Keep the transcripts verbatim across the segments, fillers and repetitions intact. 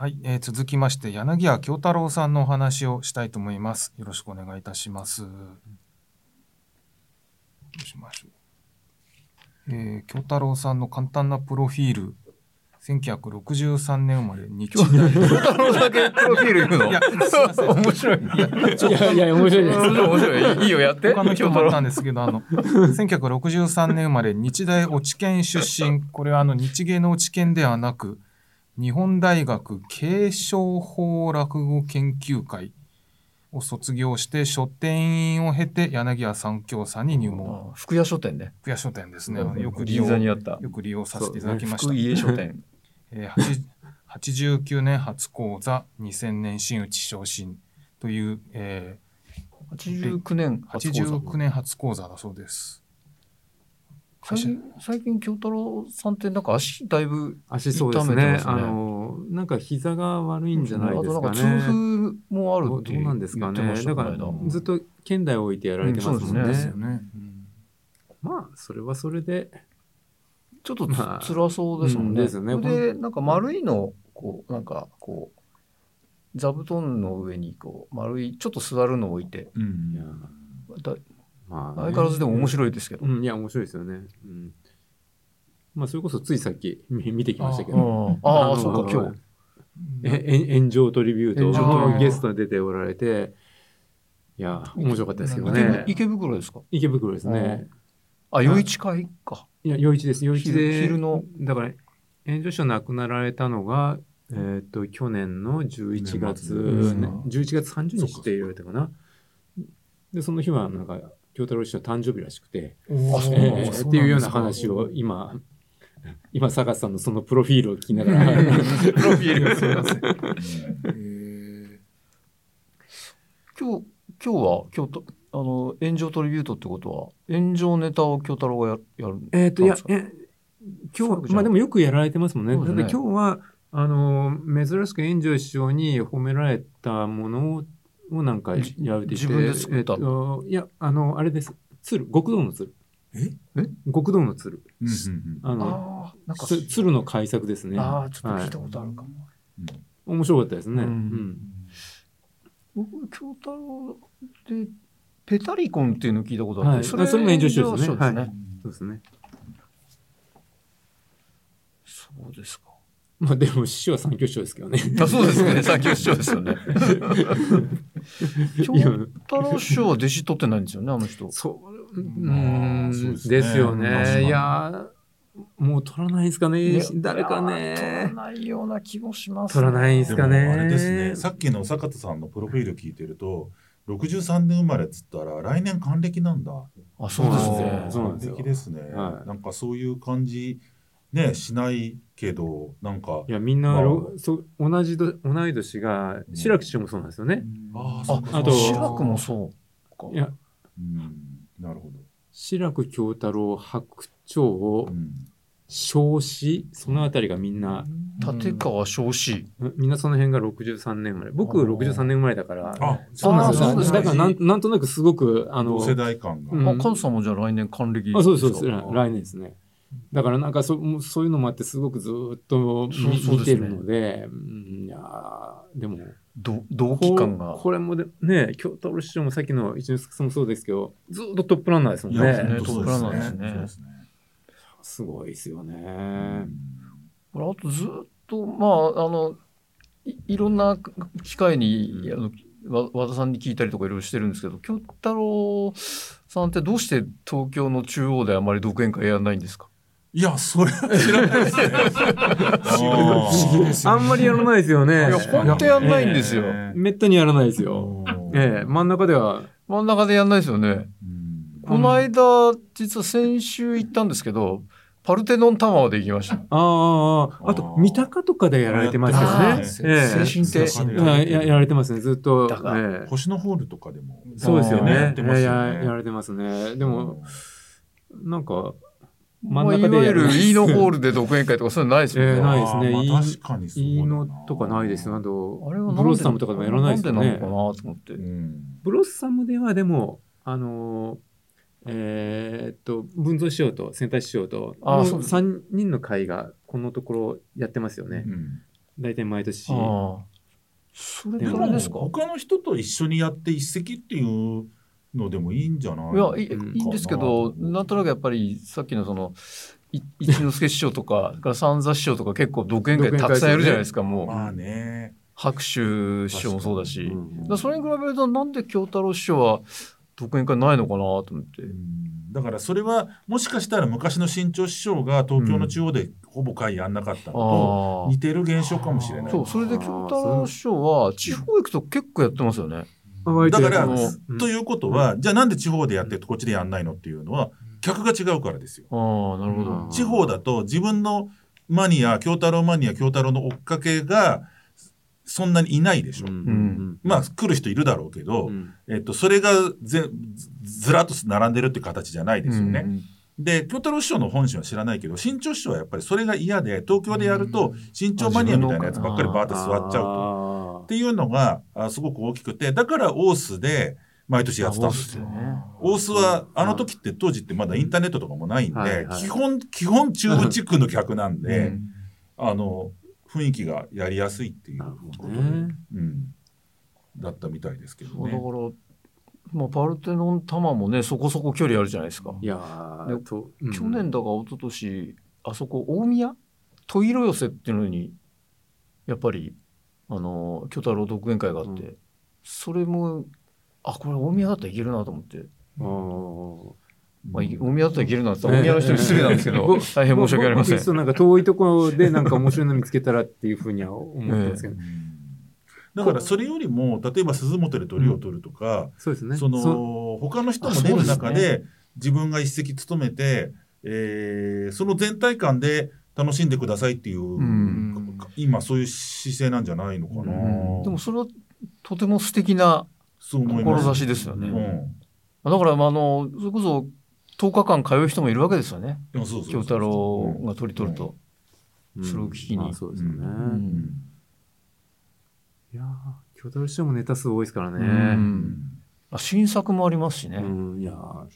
はい、えー、続きまして柳家京太郎さんのお話をしたいと思います。よろしくお願いいたします。どうしましょう。えー、京太郎さんの簡単なプロフィール。せんきゅうひゃくろくじゅうさんねん生まれ日大。 京太郎だけプロフィール言うの？ いや、すいません。 面白い。 いや、 いやいや面白いです。 面白い。いいよやって。 他の人もあったんですけど、あのせんきゅうひゃくろくじゅうさんねん生まれ日大落研出身。これはあの日芸の落研ではなく、日本大学継承法落語研究会を卒業して書店員を経て柳家三協さんに入門。 福屋書店ね。 福屋書店ですね。 うん、 よく利用銀座にあったよく利用させていただきました。 福家書店。 えー、はちじゅうきゅうねん初講座、にせんねん真打ち昇進という、えー、 はちじゅうきゅうねん初講座。 はちじゅうきゅうねん初講座だそうです。 最近、最近京太郎さんってなんか足だいぶ足そうですね。あのなんか膝が悪いんじゃないですかね。あとなんか痛風もあるってどうなんですかね。だからずっと剣台を置いてやられてますもんね。 うん、そうですよね。うん、 まあそれはそれでちょっとつ、まあ、辛そうですもんね。うん、ですよね。でなんか丸いのこうなんかこう座布団の上にこう丸いちょっと座るのを置いて。うん、いやだまあ、相変わらずでも面白いですけど、 うん、いや面白いですよね、うん、まあそれこそついさっき見てきましたけど、 ああああそうか今日え炎上トリビュートのゲストに出ておられて、いや面白かったですけどね。 池袋ですか？ 池袋ですね。 あ、余市会か。 いや余市です。余市で昼のだから炎上師匠亡くなられたのがえっと去年のじゅういちがつ、ね、じゅういちがつさんじゅうにちって言われたかな。でその日はなんか京太郎師匠誕生日らしくて、えー、っていうような話を今今坂田さんのそのプロフィールを聞きながらプロフィールがすみません。 今日今日は京都あの炎上トリビュートってことは炎上ネタを京太郎が や, やるえっ、ー、といやえ今日まあでもよくやられてますもんね。ねだって今日はあの珍しく炎上師匠に褒められたものををなんかやるで自分で作った、 えっと、いやあのあれです鶴極道の鶴ええ極道の鶴、 うんうんうん、 あのあなんか鶴の改作ですね。 ああちょっと聞いたことあるかも、 はいうん、面白かったですね。うん、 僕京太郎でペタリコンっていうのを聞いたことあって、はい、 それそれも炎上師匠ですね。 はい、そうですね。 そうですか。 まあでも師匠は三教師匠ですけどね。 あそうですね。三教師匠ですよね。京太郎師匠は弟子取ってないんですよね、あの人。 そううんそうですね。ですよね。いやもう取らないですかね。誰かね。 取らないような気もします、 ね。取らないですかね。 あれですね。さっきの坂田さんのプロフィール聞いてると、ろくじゅうさんねん生まれっつったら来年還暦なんだ。 あ、そうですね。 還暦ですね。はい、なんかそういう感じ。ね、しないけどなんかいやみんな、まあ、そ同じど同い年が志らく師匠もそうなんですよね。 うん、ああと志らくもそうか。 いや、 うん、なるほど。 志らく京太郎白鳥、うん、彰子そのあたりがみんな、 うん、立川彰子みんなその辺がろくじゅうさんねん生まれ。僕ろくじゅうさんねん生まれだから。 あ、 そうなんですよ。だからなんなんとなくすごくあの同世代感が。 うん、あ、カズさんもじゃあ来年還暦。 あ、そうですそうです。来年ですね。だからなんか そ, そういうのもあってすごくずっと 見, 見てるので、うん、いやでも同期感がこ, これもでね京太郎師匠もさっきの一之輔さんもそうですけどずっとトップランナーですもんね。 ねトップランナーですね。そうですね。 すごいですよね。 あとずっとまああの い, いろんな機会に、うん、あの和田さんに聞いたりとかいろいろしてるんですけど、京太郎さんってどうして東京の中央であまり独演会やらないんですか？ いや、それは知らないですね。 あんまりやらないですよね。 いや、本当やんないんですよ。 えー、めったにやらないですよ。えー、真ん中では。 真ん中でやんないですよね。うん、この間、実は先週行ったんですけど、パルテノンタワーで行きました。 ああ、あと、三鷹とかでやられてますけどね。 えー、精神亭。や, やられてますね、ずっと。 だから、えー、星のホールとかでも。 そうですよね。や, ねや, やられてますね。でも、なんか、 真ん中でやる。いわゆるイーノホールで独演会とかそういうのないですよね。 えー、ないですね。 まあ、確かにそうだな。 イーノとかないですよ。あと、 あれはブロッサムとかでもやらないですよね。 なんでなのかなと思って。うん、 ブロッサムではでも、あの、えー、っと、文蔵師匠と仙太師匠と、ああさんにんの会がこのところやってますよね。うん、 大体毎年。 ああ、それでもどれですか？ 他の人と一緒にやって一席っていうのでもいいんじゃないいや、いいうんいいんですけど、なんとなくやっぱりさっきのそのい一之輔師匠とか、それから三座師匠とか結構独演会たくさんやるじゃないですか。もうまあね。 白秋師匠もそうだし、 うんだからそれに比べるとなんで京太郎師匠は独演会ないのかなと思って。 うんだからそれはもしかしたら昔の新潮師匠が東京の中央でほぼ会やんなかったのとあ似てる現象かもしれない。 そう、それで京太郎師匠は地方行くと結構やってますよね。 割とだから、 あのということは、じゃあなんで地方でやってこっちでやんないのっていうのは客が違うからですよ。 ああ、なるほど。 うん地方だと自分のマニア、京太郎マニア、京太郎の追っかけがそんなにいないでしょ。 んまあ来る人いるだろうけど、 うんえっと、それがぜずずらっと並んでるっていう形じゃないですよね。 うんで、京太郎師匠の本心は知らないけど、新潮師匠はやっぱりそれが嫌で、東京でやると新潮マニアみたいなやつばっかりバーって座っちゃうと。 あっていうのがあすごく大きくて、だから大須で毎年やってたんですよ。 ね。 大須はあの時って当時ってまだインターネットとかもないんで、 はいはい基本基本中部地区の客なんで、 うんあの雰囲気がやりやすいっていうなることで、 ほどね。 うん、だったみたいですけどそうだからね。、 まあ、パルテノンタマもねそこそこ距離あるじゃないですか。 いやーと、うん去年だか一昨年あそこ大宮戸色寄せっていうのにやっぱりあの京太郎独演会があって、 うそれもあこれ大宮だったらいけるなと思って、 あーまあ、い大宮だったらいけるなって言ったら大宮の人に失礼なんですけど、 ええ大変申し訳ありません。 僕そうなんか遠いところでなんか面白いの見つけたらっていうふうには思ってますけど、 うんだからそれよりも例えば鈴本で鳥を取るとか、 そうですね。 その他の人も出る中で自分が一席務めて、えーその全体感で楽しんでくださいっていう、 ん今そういう姿勢なんじゃないのかな。 うんでもそれはとても素敵なそう思います。 志ですよね。 うんだからまああのそれこそとおかかん通う人もいるわけですよね。 でもそうそうそう京太郎が取り取ると。 うんそれを聞きにまあそうですよね。 うんいやー京太郎師匠もネタ数多いですからね。 ううんんあ新作もありますしね。 うん、いやー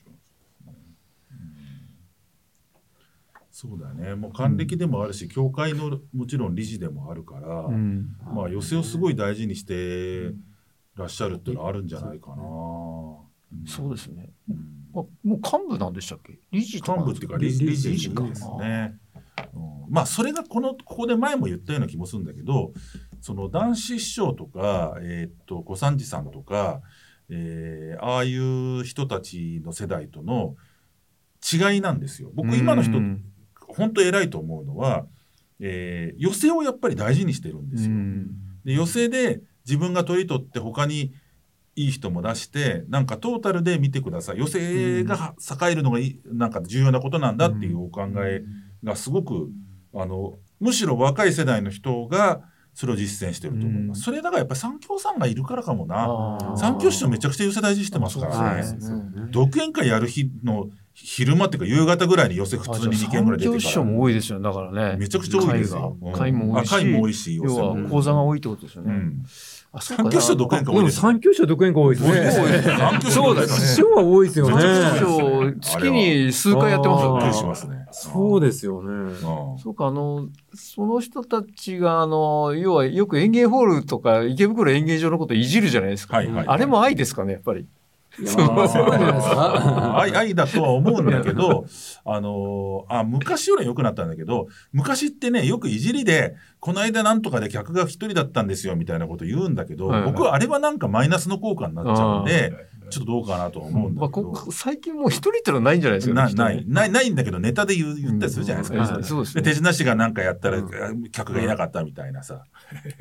そうだね。もう還暦でもあるし、教会のもちろん理事でもあるから、 うんまあ寄席をすごい大事にしてらっしゃるっていうのはあるんじゃないかな。うんそうですね。 うんあもう幹部なんでしたっけ？理事とか幹部っていうか理事理理事事かですね。うんまあそれがこのここで前も言ったような気もするんだけど、その男子師匠とか、えーっと小三治さんとか、えーああいう人たちの世代との違いなんですよ。僕今の人うん本当偉いと思うのは、えー寄席をやっぱり大事にしてるんですよ。 うんで寄席で自分が取り取って他にいい人も出してなんかトータルで見てください。寄席が栄えるのがいいなんか重要なことなんだっていうお考えがすごくあのむしろ若い世代の人がそれを実践してると思います。 うんそれだからやっぱり三協さんがいるからかもな。 あー三協師匠めちゃくちゃ寄席大事にしてますからはい、 ね。 そうですね独演会やる日の昼間っていうか夕方ぐらいに寄席普通ににけんぐらい出て三教師匠から。 も多いですよね。だからね。 めちゃくちゃ多いですよ。うん会も多いし、 あ会も多いし、寄要席もは講座が多いってことですよね。 うんあ、そう三教師匠独演会でも多いですね。 三教師は独演会多いですね。 多いですね三教師そうだよね師匠は多いですよね。 三教師匠月に数回やってますよねびっくり。しますね。 そうですよね。 うんそうか、あの、その人たちが、あの、要はよく演芸ホールとか池袋演芸場のこといじるじゃないですか。 はいはい。 あれも愛ですかね、やっぱり。 いやまあそうなんじゃないですか。 愛愛だとは思うんだけど、あのーあ昔よりは良くなったんだけど、昔ってねよくいじりでこの間なんとかで客が一人だったんですよみたいなこと言うんだけど、 はいはい僕はあれはなんかマイナスの効果になっちゃうんで、ちょっとどうかなとは思うんまあ、 だけど。 こ最近もう一人ってのはないんじゃないですか、 なね。 ないないないんだけどネタで言う言ったりするじゃないですか。 うんそうですね。 で手品師がなんかやったら、 うん客がいなかったみたいなさ。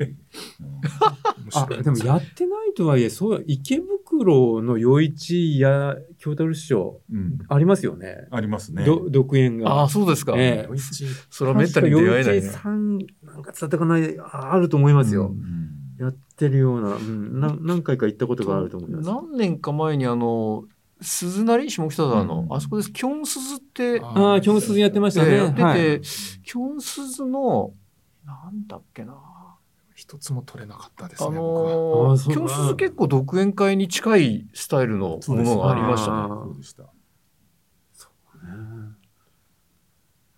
あでもやってないとはいえ、そう池袋の余市や京太郎師匠うんありますよね。 ありますね。 ど独演が。 ああ、そうですか。 ええそれはめったに出会えない余ね市。さんなんか伝ってかないああると思いますよ。 うんうんやってるような、うん、な何回か行ったことがあると思います。 何年か前にあの、鈴なり下北沢の、 うんあそこです。キョンスズって、 ああ、教室やってましたね。 えーやってて、 はいキョンスズの、なんだっけな。 一つも取れなかったですあね。僕はのー、 あそうキョンスズ結構独演会に近いスタイルのものがありましたね。 あーそうでした。僕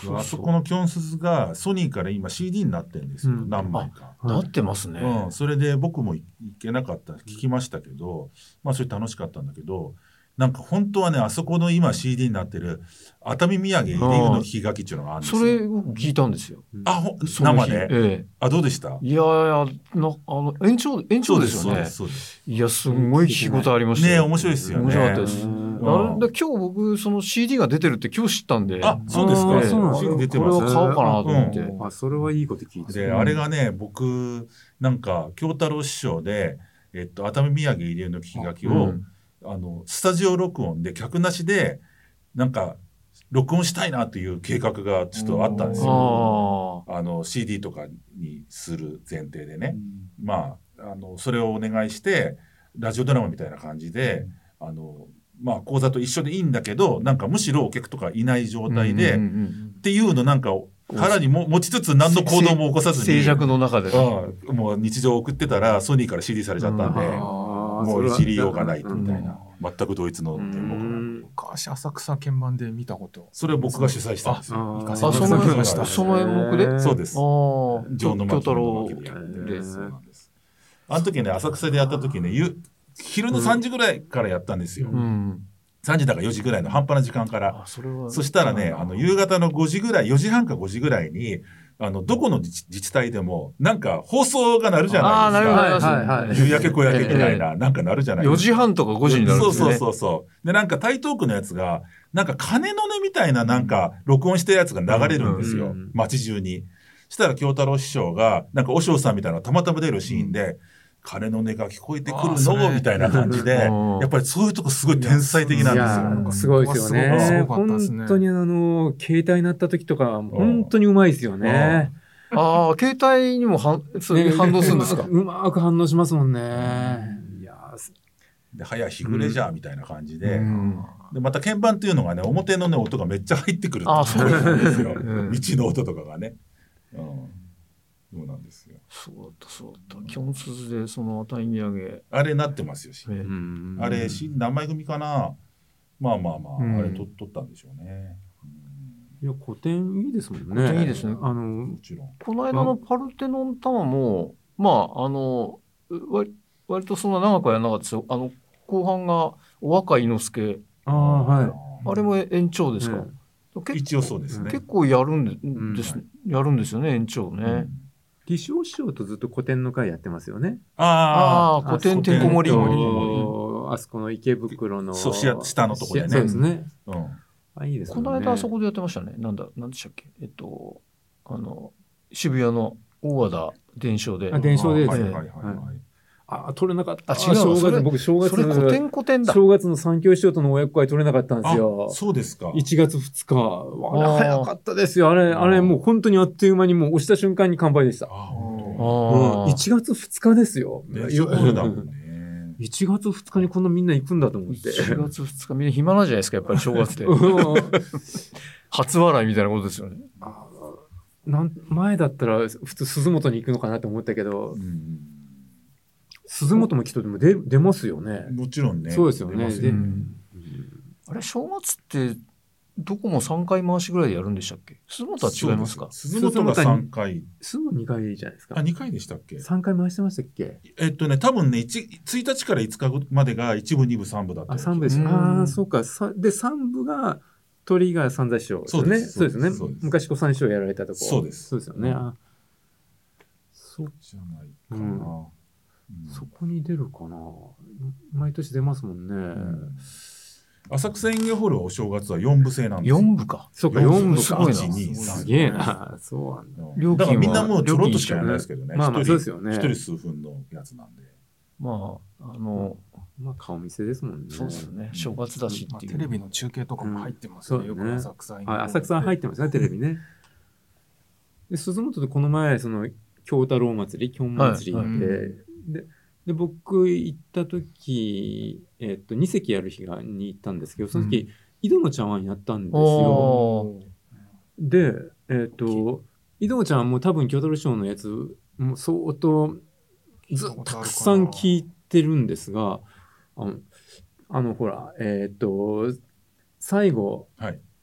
そうあそこのキョンススがソニーから今 シーディー になってるんですよ、 うん何枚か。 なってますね。 うん、それで僕も行けなかった聞きましたけど、まあそれ楽しかったんだけど、なんか本当はねあそこの今 シーディー になってる熱海土産入りの聞き書きっていうのがあるんですよ。 それ僕聞いたんですよ。 あほその日生で、 えあどうでした？ え、いやいやなあの延長延長ですよね。 そうです。 いやすごい聞き応えありましたよ。 ね面白いですよね。 面白かったです。 うんあれで今日僕その シーディー が出てるって今日知ったんで、 あそうですか。 ええそうなんですシーディー 出てこれます。 は買おうかなと思って。 うんあ、それはいいこと聞いてで、 る。 あれがね僕なんか京太郎師匠で、えっと、熱海土産入れの聞き書きを、 うんあのスタジオ録音で客なしでなんか録音したいなという計画がちょっとあったんですよ。 ああの シーディー とかにする前提でね、まああのそれをお願いしてラジオドラマみたいな感じで、あのまあ講座と一緒でいいんだけどなんかむしろお客とかいない状あ。 態で、 うんうんうんっていうのなんか腹にも持ちつつ何の行動も起こさずに静寂の中で。 うんもう日常を送ってたらソニーから シーディー されちゃったんで、 うんもういじりようがないみたいな、全く同一の演目が、 昔浅草鍵盤で見たこと。 それを僕が主催したんですよ。 ああ、そのその演目で。 そうです。 ああ、 城の京太郎町の脇でやってで。 そうなんです。あの時ね浅草でやった時ねゆ昼のさんじぐらいからやったんですよ。 うん。 さんじだからよじぐらいの半端な時間から。 あ、それは。 そしたらねあの夕方のごじぐらいよじはんかごじぐらいにあのどこの自治自治体でもなんか放送が鳴るじゃああ、 ないなるほど。 ですか。 はいはいはい夕焼け小焼けみたいな、なんか鳴るじゃないですか。 よじはんとかごじになるんですね。 そうそうそうそうでなんか台東区のやつがなんか鐘の音みたいななんか録音してるやつが流れるんですよ、 うん街中に。したら京太郎師匠がなんか和尚さんみたいなのがたまたま出るシーンで、鐘の音が聞こえてくるあそれのみたいな感じで、 うんやっぱりそういうとこすごい天才的なんいですよ。 やすごいですよね。 すごかったですね本当にあの携帯になった時とか本当にうまいですよね。 ああ、携帯にもはんそれに反応するんですか。 うまく反応しますもんね。いやで早日暮れじゃみたいな感じで、 うんでまた鍵盤っていうのがね表のね音がめっちゃ入ってくるってあそうなんですよ、 うん道の音とかがね、うん、そうなんですよ。 そうだった、そうだった。キョンスズでその熱海土産。 あれなってますよし、 ええうんあれし何枚組かな、まあまあまあ、 うんあれ取取ったんでしょうね、 いや古典いいですもんね。 古典いいですねあのうん、もちろん。 この間のパルテノンタマも、まあ、あの、割割とそんな長くはやらなかったですよ。あの、後半がお若い猪之助。 ああはい。 あれも延長ですか、 うん結構一応そうですね。 結構やるんでんです、やるんですよね、延長ね。 うん李承師匠とずっと古典の会やってますよね。 あああ、古典てんこ盛り。 古典とあそこの池袋のそうし下のとこでねそうですね。 あ、うん、 あいいですこよね。 の間あそこでやってましたね。なんだ、なんでしたっけ。えっと、あの、渋谷の大和田伝承で。 あ伝承ではいですね。 はいはいはい。 あ取れなかった。 あ違う正それ月僕正月それ古典古典だ。 正月の三教師匠との親子会取れなかったんですよあ。そうですか。 いちがつふつか。あれあー早かったですよ。あれ、あれもう本当にあっという間にもう押した瞬間に完売でした。 あ本ああうん、いちがつふつかですよ。 当ね。ショールだもんね。 いちがつふつかにこんなみんな行くんだと思って。 いちがつふつかみんな暇なんじゃないですか、やっぱり正月で。 うん初笑いみたいなことですよね。 あなん前だったら普通鈴本に行くのかなと思ったけどう、ん鈴本もきっとでも出出ますよね。 もちろんね。 そうですよねで出ますねあれ、正月って、どこもさんかい回しぐらいでやるんでしたっけ。鈴本は違いますか。 鈴本がさんかい。 すぐにかいじゃないですかあ、。にかいでしたっけ。 さんかい回してましたっけ。 えっとね、多分ね、いち ついたちからいつかまでがいち部、に部、さん部だったよあ、 うなさん部です。 うんああ、そうか。さで、さん部が鳥が三座師匠ですよね。 そうですそうですよねそうです。 昔小三師匠やられたとこ。 そうですそうですよね。あそじゃないかな。 うんうんそこに出るかな。毎年出ますもんね。 ん浅草園芸ホールはお正月はよん部制なんですよ。 よん部か。 そうか、よん部か。 すごいないちにさんすげえな。そうなんだ。 うん料金はだからみんなもうちょろっとしかやらないですけどね。 まあまあ一人そうですよね一人数分のやつなんで。 まあ、あの、 まあ顔見せですもんね。 そうですよね。正月だしまあっていう。 テレビの中継とかも入ってますね。 うんそうねよく浅草に。 あ浅草入ってますね、テレビね。で、鈴本でこの前、その、京太郎祭り、京祭り行って、 はいはいで、で、僕行った時、えっと、に席やる日がに行ったんですけど、その時、井戸の茶碗やったんですよ。 おーで、えっと、井戸の茶碗も多分京太郎師匠のやつ、もう相当、ずっとたくさん聞いてるんですが、あの、あのほら、えっと、最後、 はい。 あ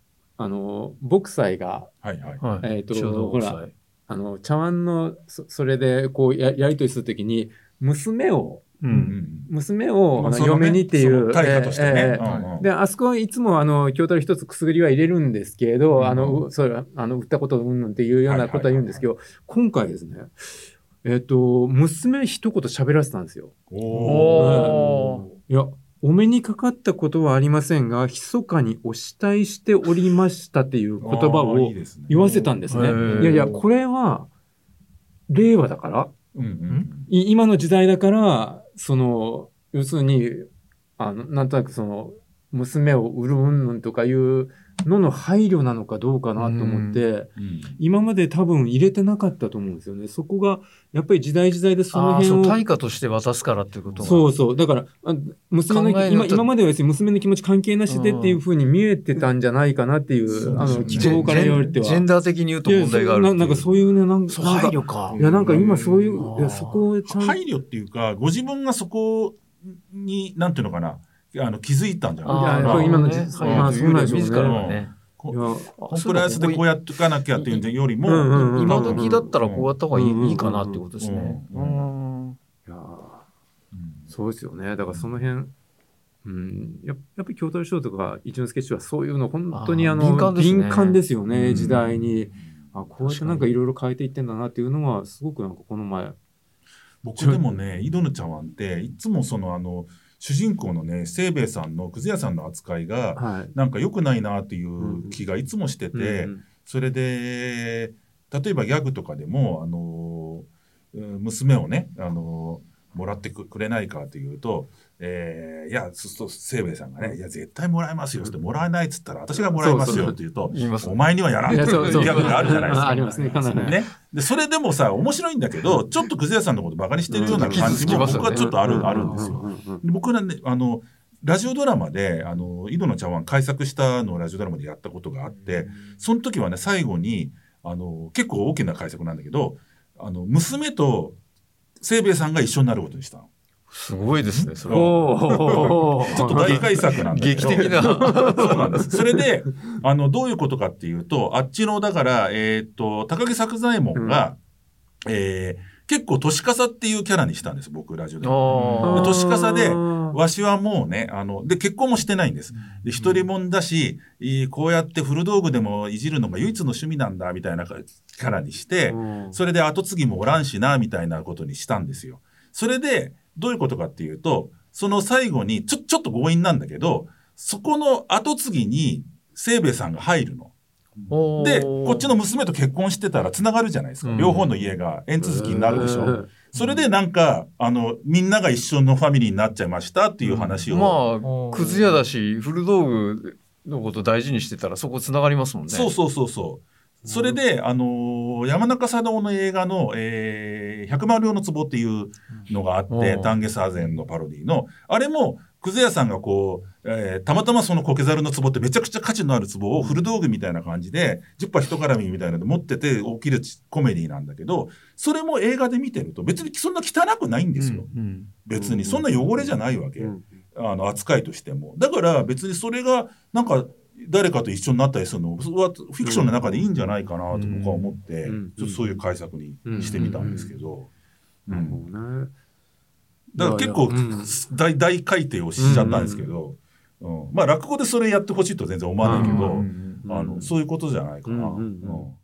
あの牧祭が、 はいはい。 はいえーとちょうどほらあの茶碗の そ, それでこう や, やり取りするときに娘をううんん娘を、あのそのね嫁にっていうその対価としてね。 えーえーうんうんであそこはいつもあの京太郎一つくすぐりは入れるんですけど、 うんあのうそれあの売ったことうんぬんっていうようなことは言うんですけど、今回ですね、えっ、と娘一言喋らせたんですよ。 おおいやお目にかかったことはありませんが密かにお慕いしておりましたっていう言葉あーいをいですね言わせたんですね。 へーいやいやこれは令和だからうんうんい今の時代だからその要するにあのなんとなくその娘を売るうんぬんとかいうのの配慮なのかどうかなと思って、 うん今まで多分入れてなかったと思うんですよね。そこがやっぱり時代時代でそのああそう辺を対価として渡すからっていうことがそうそうだからあ娘の考えると今今まではですね娘の気持ち関係なしでっていうふうに見えてたんじゃないかなっていう、 うんあのそうですね気候から言われてはジェンダー的に言うと問題があるいやそうななんかそういうねなんそうなんか配慮かいやなんか今そういううんいやそこをちゃんと配慮っていうか、ご自分がそこに、なんていうのかな、あの気づいたんじゃないかな。 いややっぱり今の時ね代まあそうなんでしょうね自らがねこいやコンプライアンスでこうやっていかなきゃっていうよりも、 うんうんうん今時だったらこうやった方がいい,、 うんいいかなってことですね。 ううんんいやーうんそうですよね。だからその辺、うん、やっやっぱり京太郎師匠とか一之輔師匠はそういうの本当にああーの敏感ですね敏感ですよね、 うん時代に。あこうやってなんかいろいろ変えていってんだなっていうのはすごくなんかこの前。 僕でもね、井戸の茶碗っていつもそのあの主人公のね清兵衛さんのくず屋さんの扱いがはい。 なんか良くないなっていう気がいつもしてて、 うんそれで例えばギャグとかでもあのうん娘をねあのもらってくくれないかというと、えー、いやそうすると清兵衛さんがね「いや絶対もらえますよ」ってもらえないっつったら私がもらえますよって言うと言いますお前にはやらんっていういやそうそうギャグがあるじゃないですか。 ありますねかなりね、でそれでもさ面白いんだけどちょっとくず屋さんのことバカにしてるような感じも僕はちょっとある、あるんですよ。 うんうんうんで僕らねあのラジオドラマであの井戸の茶碗改作したのをラジオドラマでやったことがあってその時はね最後にあの結構大きな改作なんだけどあの娘と清兵衛さんが一緒になることにしたの。 すごいですねそれは。 おーちょっと大改作なんだけど劇的な。 そうなんです。それであのどういうことかっていうとあっちのだから、えーっと高木作左衛門が、えー結構年笠っていうキャラにしたんです僕ラジオで。 あー年笠でわわしはもうね、あの、で、結婚もしてないんです。で、一人もんだし、いいこうやって古道具でもいじるのが唯一の趣味なんだ、みたいなキャラにして、それで後継ぎもおらんしな、みたいなことにしたんですよ。それで、どういうことかっていうと、その最後に、ちょ、ちょっと強引なんだけど、そこの後継ぎに、清兵衛さんが入るの。 おーで、こっちの娘と結婚してたら繋がるじゃないですか。 うん両方の家が縁続きになるでしょ。 うんそれでなんか、あの、みんなが一緒のファミリーになっちゃいましたっていう話を。 まあくず屋だし古道具のこと大事にしてたらそこつながりますもんね。 そうそうそうそう。それで、あのー山中貞夫の映画の、えー、百万両の壺っていうのがあって、 うん丹下左膳のパロディの、あれも、くず屋さんがこう、えーたまたまその苔猿の壺ってめちゃくちゃ価値のある壺を古道具みたいな感じで、じゅっぱ一絡みみたいなので持ってて起きるコメディなんだけど、それも映画で見てると別にそんな汚くないんですよ。 うんうん別に。そんな汚れじゃないわけ。 うんあの扱いとしてもだから別にそれがなんか誰かと一緒になったりするのはフィクションの中でいいんじゃないかなと僕は思って、 うんちょっとそういう解釈にしてみたんですけど、うんなるほどね。 だから結構いやいやうん大大改定をしちゃったんですけど、うんまあ落語でそれやってほしいと全然思わないけど、 うんあのそういうことじゃないかな。 うんうんうんうん